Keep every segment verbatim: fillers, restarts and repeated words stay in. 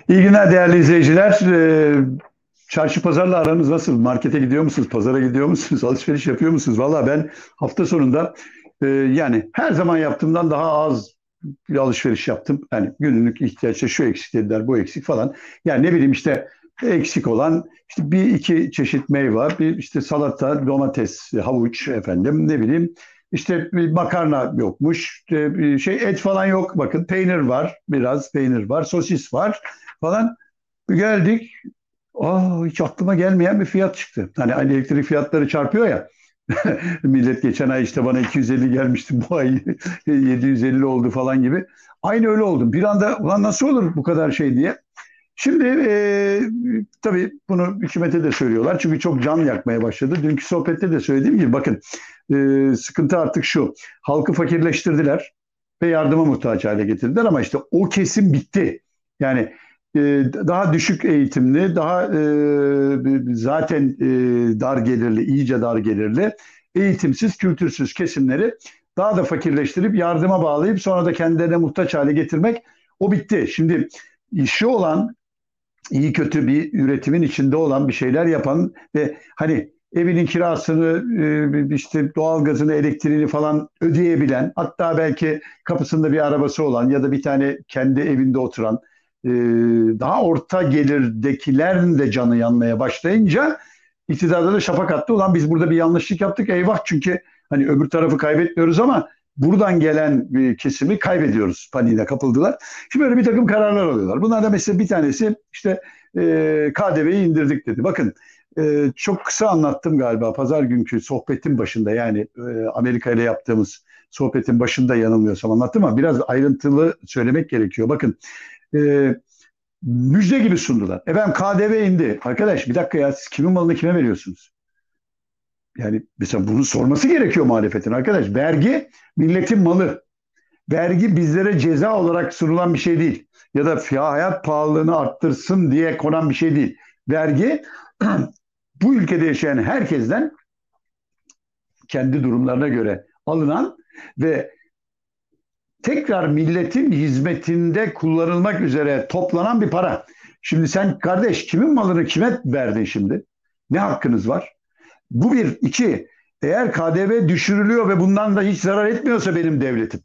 İyi günler değerli izleyiciler. Ee, çarşı pazarla aranız nasıl? Markete gidiyor musunuz? Pazara gidiyor musunuz? Alışveriş yapıyor musunuz? Valla ben hafta sonunda e, yani her zaman yaptığımdan daha az bir alışveriş yaptım. Yani günlük ihtiyaçta şu eksik dediler, bu eksik falan. Yani ne bileyim işte eksik olan işte bir iki çeşit meyve, bir işte salata, domates, havuç efendim ne bileyim. İşte bir makarna yokmuş, işte bir şey et falan yok. Bakın peynir var, biraz peynir var, sosis var falan. Bir geldik. Aa, hiç aklıma gelmeyen bir fiyat çıktı. Hani hani elektrik fiyatları çarpıyor ya. Millet geçen ay işte bana iki yüz elli gelmişti. Bu ay yedi yüz elli oldu falan gibi. Aynı öyle oldu. Bir anda ulan nasıl olur bu kadar şey diye. Şimdi e, tabii bunu hükümete de söylüyorlar. Çünkü çok can yakmaya başladı. Dünkü sohbette de söylediğim gibi bakın e, sıkıntı artık şu. Halkı fakirleştirdiler ve yardıma muhtaç hale getirdiler ama işte o kesim bitti. Yani e, daha düşük eğitimli, daha e, zaten e, dar gelirli, iyice dar gelirli, eğitimsiz, kültürsüz kesimleri daha da fakirleştirip yardıma bağlayıp sonra da kendilerine muhtaç hale getirmek o bitti. Şimdi işi olan iyi kötü bir üretimin içinde olan bir şeyler yapan ve hani evinin kirasını e, işte doğalgazını elektriğini falan ödeyebilen hatta belki kapısında bir arabası olan ya da bir tane kendi evinde oturan e, daha orta gelirdekilerin de canı yanmaya başlayınca iktidarda da şafak attı. Ulan biz burada bir yanlışlık yaptık eyvah çünkü hani öbür tarafı kaybetmiyoruz ama buradan gelen bir kesimi kaybediyoruz paniğine kapıldılar. Şimdi böyle bir takım kararlar alıyorlar. Bunlardan mesela bir tanesi işte e, K D V'yi indirdik dedi. Bakın e, çok kısa anlattım galiba pazar günkü sohbetin başında yani e, Amerika ile yaptığımız sohbetin başında yanılmıyorsam anlattım ama biraz ayrıntılı söylemek gerekiyor. Bakın e, müjde gibi sundular. Efendim K D V indi. Arkadaş bir dakika ya siz kimin malını kime veriyorsunuz? Yani mesela bunu sorması gerekiyor muhalefetin arkadaş. Vergi milletin malı. Vergi bizlere ceza olarak sunulan bir şey değil. Ya da ya hayat pahalılığını arttırsın diye konan bir şey değil. Vergi bu ülkede yaşayan herkesten kendi durumlarına göre alınan ve tekrar milletin hizmetinde kullanılmak üzere toplanan bir para. Şimdi sen kardeş kimin malını kime verdin şimdi? Ne hakkınız var? Bu bir. İki, eğer K D V düşürülüyor ve bundan da hiç zarar etmiyorsa benim devletim.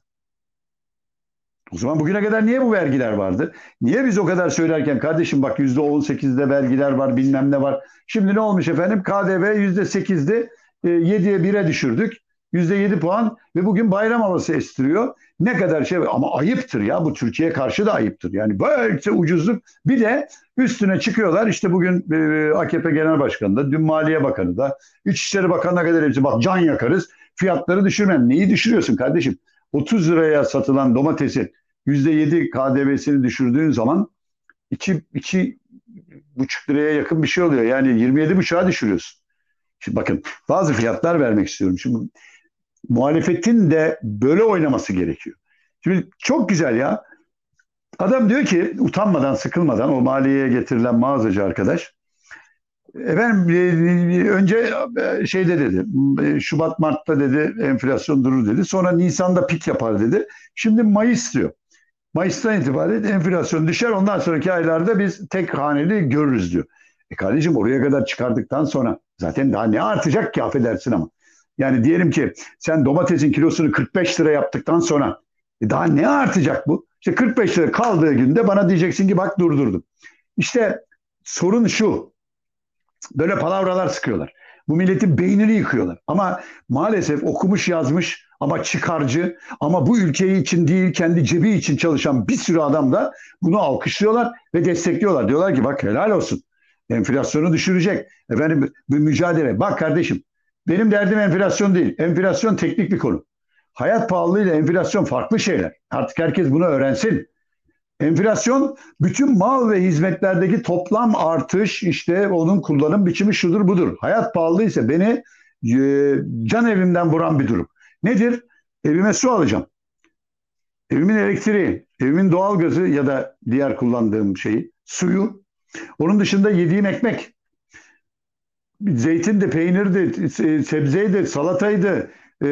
O zaman bugüne kadar niye bu vergiler vardı? Niye biz o kadar söylerken kardeşim bak yüzde on sekizde vergiler var bilmem ne var. Şimdi ne olmuş efendim? K D V yüzde sekizdi yediye bire düşürdük. Yüzde yedi puan ve bugün bayram havası estiriyor. Ne kadar şey ama ayıptır ya bu Türkiye'ye karşı da ayıptır. Yani böylece ucuzluk bir de üstüne çıkıyorlar. İşte bugün e, A K P Genel Başkanı da dün Maliye Bakanı da İçişleri Bakanı'na kadar hepsi bak can yakarız. Fiyatları düşürmem. Neyi düşürüyorsun kardeşim? otuz liraya satılan domatesi yüzde yedi K D V'sini düşürdüğün zaman iki, iki buçuk liraya yakın bir şey oluyor. Yani yirmi yedi buçuğa düşürüyorsun. Şimdi bakın bazı fiyatlar vermek istiyorum. Şimdi muhalefetin de böyle oynaması gerekiyor. Şimdi çok güzel ya. Adam diyor ki utanmadan sıkılmadan o maliyeye getirilen mağazacı arkadaş. Efendim e, önce e, şeyde dedi e, Şubat Mart'ta dedi enflasyon durur dedi. Sonra Nisan'da pik yapar dedi. Şimdi Mayıs diyor. Mayıs'tan itibaren enflasyon düşer. Ondan sonraki aylarda biz tek haneli görürüz diyor. E kardeşim oraya kadar çıkardıktan sonra zaten daha ne artacak ki affedersin ama. Yani diyelim ki sen domatesin kilosunu kırk beş lira yaptıktan sonra e daha ne artacak bu? İşte kırk beş lira kaldığı günde bana diyeceksin ki bak durdurdum. İşte sorun şu. Böyle palavralar sıkıyorlar. Bu milletin beynini yıkıyorlar. Ama maalesef okumuş yazmış ama çıkarcı ama bu ülkeyi için değil kendi cebi için çalışan bir sürü adam da bunu alkışlıyorlar ve destekliyorlar. Diyorlar ki bak helal olsun. Enflasyonu düşürecek. Efendim bu mücadele. Bak kardeşim benim derdim enflasyon değil. Enflasyon teknik bir konu. Hayat pahalılığı ile enflasyon farklı şeyler. Artık herkes bunu öğrensin. Enflasyon bütün mal ve hizmetlerdeki toplam artış işte onun kullanım biçimi şudur budur. Hayat pahalı ise beni e, can evimden vuran bir durum. Nedir? Evime su alacağım. Evimin elektriği, evimin doğalgazı ya da diğer kullandığım şeyi, suyu. Onun dışında yediğim ekmek. Zeytin de, peynir de, sebzeydi, salataydı, e,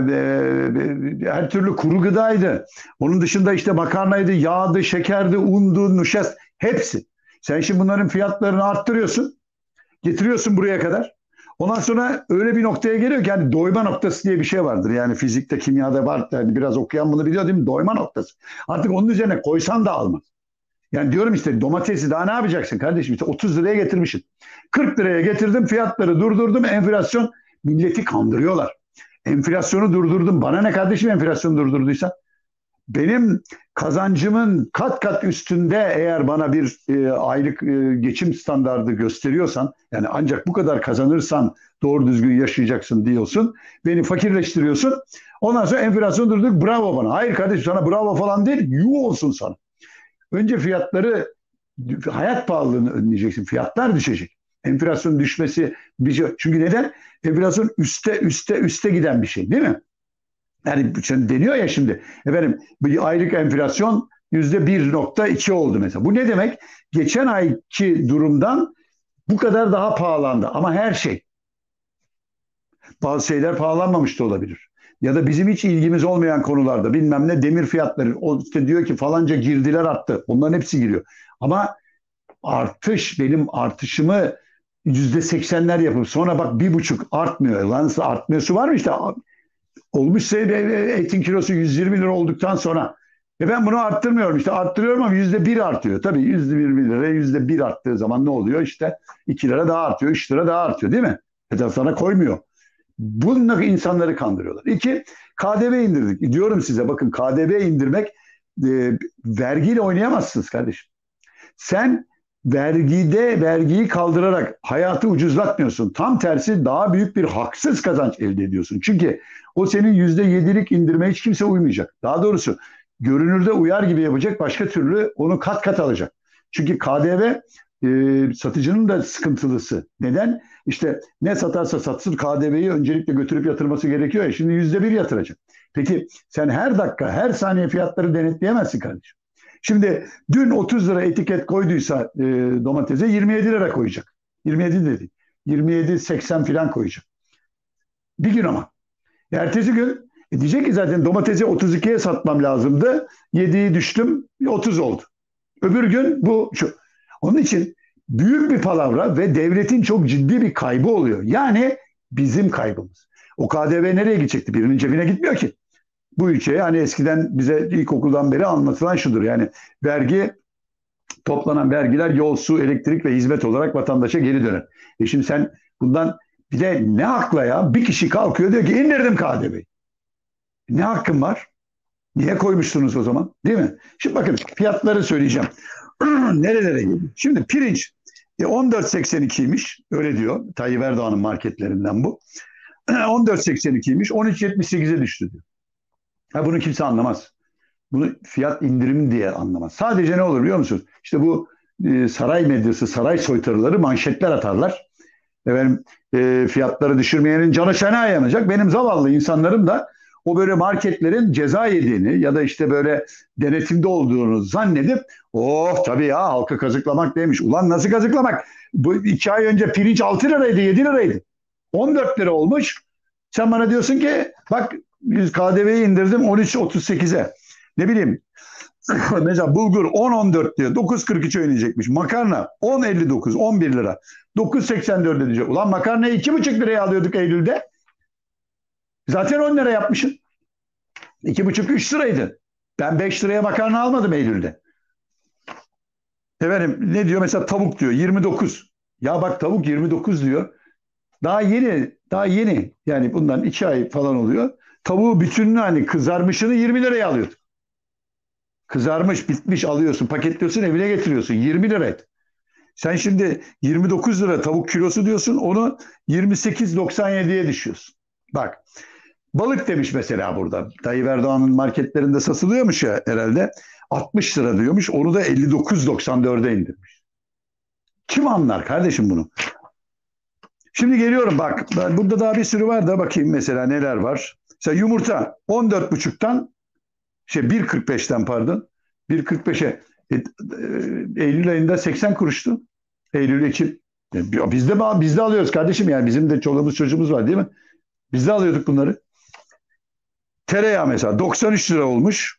e, her türlü kuru gıdaydı. Onun dışında işte makarnaydı, yağdı, şekerdi, undu, nuşas. Hepsi. Sen şimdi bunların fiyatlarını arttırıyorsun. Getiriyorsun buraya kadar. Ondan sonra öyle bir noktaya geliyor ki yani doyma noktası diye bir şey vardır. Yani fizikte, kimyada var. Yani biraz okuyan bunu biliyor değil mi? Doyma noktası. Artık onun üzerine koysan da almaz. Yani diyorum işte domatesi daha ne yapacaksın kardeşim? İşte otuz liraya getirmişsin. kırk liraya getirdim, fiyatları durdurdum. Enflasyon, milleti kandırıyorlar. Enflasyonu durdurdum. Bana ne kardeşim enflasyonu durdurduysa? Benim kazancımın kat kat üstünde eğer bana bir e, aylık e, geçim standardı gösteriyorsan, yani ancak bu kadar kazanırsan doğru düzgün yaşayacaksın diyorsun. Beni fakirleştiriyorsun. Ondan sonra enflasyonu durdurduk, bravo bana. Hayır kardeşim, sana bravo falan değil, yuh olsun sana. Önce fiyatları, hayat pahalılığını önleyeceksin. Fiyatlar düşecek. Enflasyon düşmesi bir şey. Çünkü neden? Enflasyon üste üste üste giden bir şey değil mi? Yani şimdi deniyor ya şimdi. Efendim bir aylık enflasyon yüzde bir nokta iki oldu mesela. Bu ne demek? Geçen ayki durumdan bu kadar daha pahalandı. Ama her şey. Bazı şeyler pahalanmamış da olabilir. Ya da bizim hiç ilgimiz olmayan konularda bilmem ne demir fiyatları. O işte diyor ki falanca girdiler arttı. Onların hepsi giriyor. Ama artış benim artışımı yüzde seksenler yapıp sonra bak bir buçuk artmıyor. Lan artmıyorsu var mı işte olmuşsa etin kilosu yüz yirmi lira olduktan sonra e ben bunu arttırmıyorum işte arttırıyorum ama yüzde bir artıyor. Tabii yüzde yirmi lira yüzde bir arttığı zaman ne oluyor işte iki lira daha artıyor üç lira daha artıyor değil mi? E sana koymuyor. Bununla insanları kandırıyorlar. İki, K D V indirdik. Diyorum size bakın K D V indirmek e, vergiyle oynayamazsınız kardeşim. Sen vergide vergiyi kaldırarak hayatı ucuzlatmıyorsun. Tam tersi daha büyük bir haksız kazanç elde ediyorsun. Çünkü o senin yüzde yedilik indirmeye hiç kimse uymayacak. Daha doğrusu görünürde uyar gibi yapacak, başka türlü onu kat kat alacak. Çünkü K D V e, satıcının da sıkıntılısı. Neden? İşte ne satarsa satsın K D V'yi öncelikle götürüp yatırması gerekiyor ya. Şimdi yüzde bir yatıracak. Peki sen her dakika, her saniye fiyatları denetleyemezsin kardeşim. Şimdi dün otuz lira etiket koyduysa e, domatese yirmi yedi lira koyacak. yirmi yedi dedi. yirmi yedi seksen falan koyacak. Bir gün ama. Ertesi gün e diyecek ki zaten domatesi otuz ikiye satmam lazımdı. yediyi düştüm otuz oldu. Öbür gün bu şu. Onun için büyük bir palavra ve devletin çok ciddi bir kaybı oluyor. Yani bizim kaybımız. O K D V nereye gidecekti? Birinin cebine gitmiyor ki. Bu ülkeye hani eskiden bize ilkokuldan beri anlatılan şudur. Yani vergi, toplanan vergiler yol, su, elektrik ve hizmet olarak vatandaşa geri döner. E şimdi sen bundan bir de ne hakla ya? Bir kişi kalkıyor diyor ki indirdim K D V'yi. Ne hakkın var? Niye koymuştunuz o zaman? Değil mi? Şimdi bakın fiyatları söyleyeceğim. Nerelere geliyor? Şimdi pirinç e, on dört seksen ikiymiş. Öyle diyor. Tayyip Erdoğan'ın marketlerinden bu. on dört seksen ikiymiş. on üç yetmiş sekize düştü diyor. Ha, bunu kimse anlamaz. Bunu fiyat indirimi diye anlamaz. Sadece ne olur biliyor musunuz? İşte bu e, saray medyası, saray soytarıları manşetler atarlar. Efendim, e, fiyatları düşürmeyenin canı fena yanacak. Benim zavallı insanlarım da o böyle marketlerin ceza yediğini ya da işte böyle denetimde olduğunu zannedip oh tabii ya halkı kazıklamak demiş. Ulan nasıl kazıklamak? Bu iki ay önce pirinç altı liraydı, yedi liraydı. on dört lira olmuş. Sen bana diyorsun ki bak biz K D V'yi indirdim on üç otuz sekize. Ne bileyim mesela bulgur on on dört diyor. dokuz kırk üçe oynayacakmış. Makarna on elli dokuz on bir lira. dokuz seksen dört diyecek. Ulan makarnayı iki buçuk liraya alıyorduk Eylül'de. Zaten on lira yapmışsın. iki buçuk üç liraydı. Ben beş liraya makarna almadım Eylül'de. Efendim ne diyor mesela tavuk diyor yirmi dokuz. Ya bak tavuk yirmi dokuz diyor. Daha yeni, daha yeni. Yani bundan iki ay falan oluyor. Tavuğu bütününü hani kızarmışını yirmi liraya alıyorduk. Kızarmış, bitmiş alıyorsun, paketliyorsun, evine getiriyorsun. yirmi liraydı. Sen şimdi yirmi dokuz lira tavuk kilosu diyorsun, onu yirmi sekiz doksan yediye düşüyorsun. Bak, balık demiş mesela burada. Tayyip Erdoğan'ın marketlerinde satılıyormuş ya herhalde. altmış lira diyormuş, onu da elli dokuz doksan dörde indirmiş. Kim anlar kardeşim bunu? Şimdi geliyorum bak, burada daha bir sürü var da bakayım mesela neler var. Mesela yumurta on dört buçuktan şey bir kırk beşten pardon bir kırk beşe e, e, Eylül ayında seksen kuruştu. Eylül Ekim. E, biz de biz de alıyoruz kardeşim yani bizim de çoluğumuz çocuğumuz var değil mi? Biz de alıyorduk bunları. Tereyağı mesela doksan üç lira olmuş.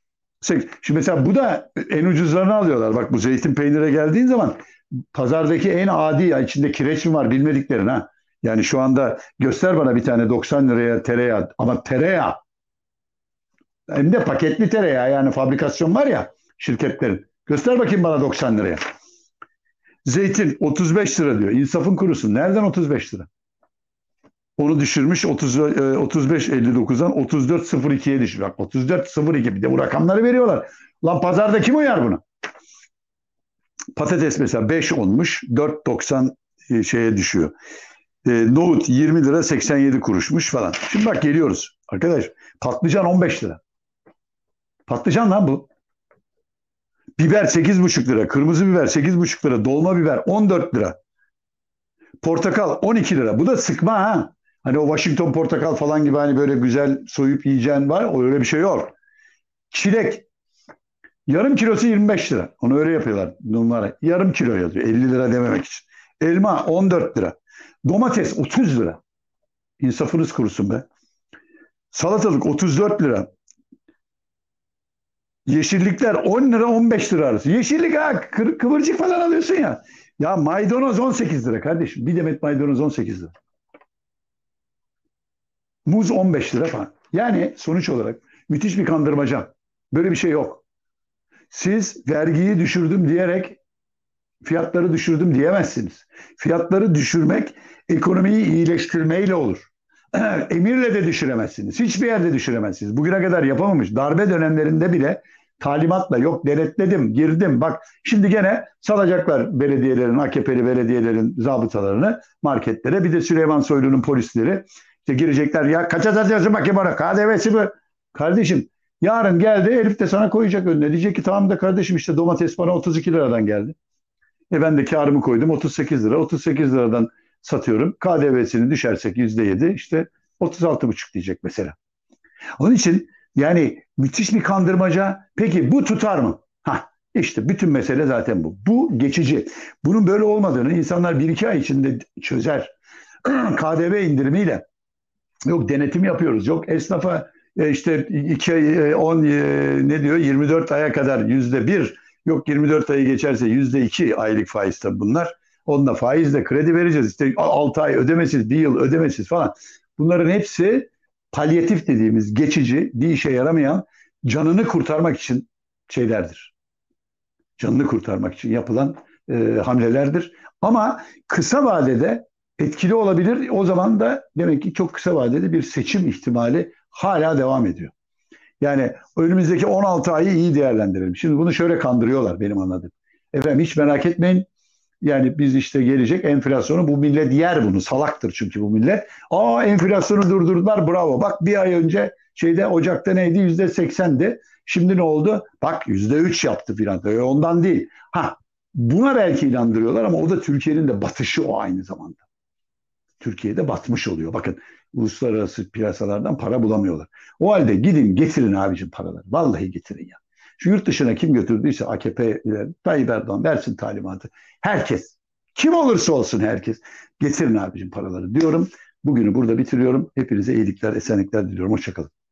Şimdi mesela bu da en ucuzlarını alıyorlar. Bak bu zeytin peynire geldiğin zaman pazardaki en adi ya içinde kireç mi var bilmediklerin ha. Yani şu anda göster bana bir tane doksan liraya tereyağı ama tereyağı hem de paketli tereyağı yani fabrikasyon var ya şirketlerin. Göster bakayım bana doksan liraya. Zeytin otuz beş lira diyor. İnsafın kurusun. Nereden otuz beş lira? Onu düşürmüş otuz, otuz beş elli dokuzdan otuz dört sıfır ikiye düşmüş. Bak otuz dört sıfır iki bir de bu rakamları veriyorlar. Lan pazarda kim uyar buna? Patates mesela beş olmuş dört doksan şeye düşüyor. E, nohut yirmi lira seksen yedi kuruşmuş falan. Şimdi bak geliyoruz. Arkadaş patlıcan on beş lira. Patlıcan lan bu. Biber sekiz buçuk lira. Kırmızı biber sekiz buçuk lira. Dolma biber on dört lira. Portakal on iki lira. Bu da sıkma ha. Hani o Washington portakal falan gibi hani böyle güzel soyup yiyeceğin var. O öyle bir şey yok. Çilek yarım kilosu yirmi beş lira. Onu öyle yapıyorlar numara. Yarım kilo yazıyor. elli lira dememek için. Elma on dört lira. Domates otuz lira. İnsafınız kurusun be. Salatalık otuz dört lira. Yeşillikler on lira on beş lira arası. Yeşillik ha kı- kıvırcık falan alıyorsun ya. Ya maydanoz on sekiz lira kardeşim. Bir demet maydanoz on sekiz lira. Muz on beş lira falan. Yani sonuç olarak müthiş bir kandırmaca. Böyle bir şey yok. Siz vergiyi düşürdüm diyerek fiyatları düşürdüm diyemezsiniz. Fiyatları düşürmek ekonomiyi iyileştirmeyle olur. Emirle de düşüremezsiniz. Hiçbir yerde düşüremezsiniz. Bugüne kadar yapamamış. Darbe dönemlerinde bile talimatla yok denetledim, girdim. Bak şimdi gene salacaklar belediyelerin, A K P'li belediyelerin zabıtalarını marketlere. Bir de Süleyman Soylu'nun polisleri. İşte girecekler ya kaça satıyorsun bakayım bana K D V'si mi? Kardeşim yarın geldi herif de sana koyacak önüne. Diyecek ki tamam da kardeşim işte domates bana otuz iki liradan geldi. E ben de karımı koydum otuz sekiz lira. otuz sekiz liradan satıyorum. K D V'sini düşersek yüzde yedi işte otuz altı buçuk diyecek mesela. Onun için yani müthiş bir kandırmaca. Peki bu tutar mı? Ha işte bütün mesele zaten bu. Bu geçici. Bunun böyle olmadığını insanlar bir iki ay içinde çözer. K D V indirimiyle yok denetim yapıyoruz. Yok esnafa e, işte iki ay e, on e, ne diyor yirmi dört aya kadar yüzde bir yok yirmi dört ayı geçerse yüzde iki aylık faiz tabii bunlar. Onunla faizle kredi vereceğiz. İşte altı ay ödemesiz, bir yıl ödemesiz falan. Bunların hepsi palyatif dediğimiz geçici, bir işe yaramayan canını kurtarmak için şeylerdir. Canını kurtarmak için yapılan e, hamlelerdir. Ama kısa vadede etkili olabilir. O zaman da demek ki çok kısa vadede bir seçim ihtimali hala devam ediyor. Yani önümüzdeki on altı ayı iyi değerlendirelim. Şimdi bunu şöyle kandırıyorlar benim anladığım. Efendim hiç merak etmeyin. Yani biz işte gelecek enflasyonu bu millet yer bunu. Salaktır çünkü bu millet. Aa enflasyonu durdurdular bravo. Bak bir ay önce şeyde Ocak'ta neydi? Yüzde seksendi. Şimdi ne oldu? Bak yüzde üç yaptı filan. Ondan değil. Ha buna belki inandırıyorlar ama o da Türkiye'nin de batışı o aynı zamanda. Türkiye'de batmış oluyor. Bakın uluslararası piyasalardan para bulamıyorlar. O halde gidin getirin abicim paraları. Vallahi getirin ya. Şu yurt dışına kim götürdüyse A K P ile Tayyip Erdoğan versin talimatı. Herkes, kim olursa olsun herkes getirin abicim paraları diyorum. Bugünü burada bitiriyorum. Hepinize iyilikler, esenlikler diliyorum. Hoşçakalın.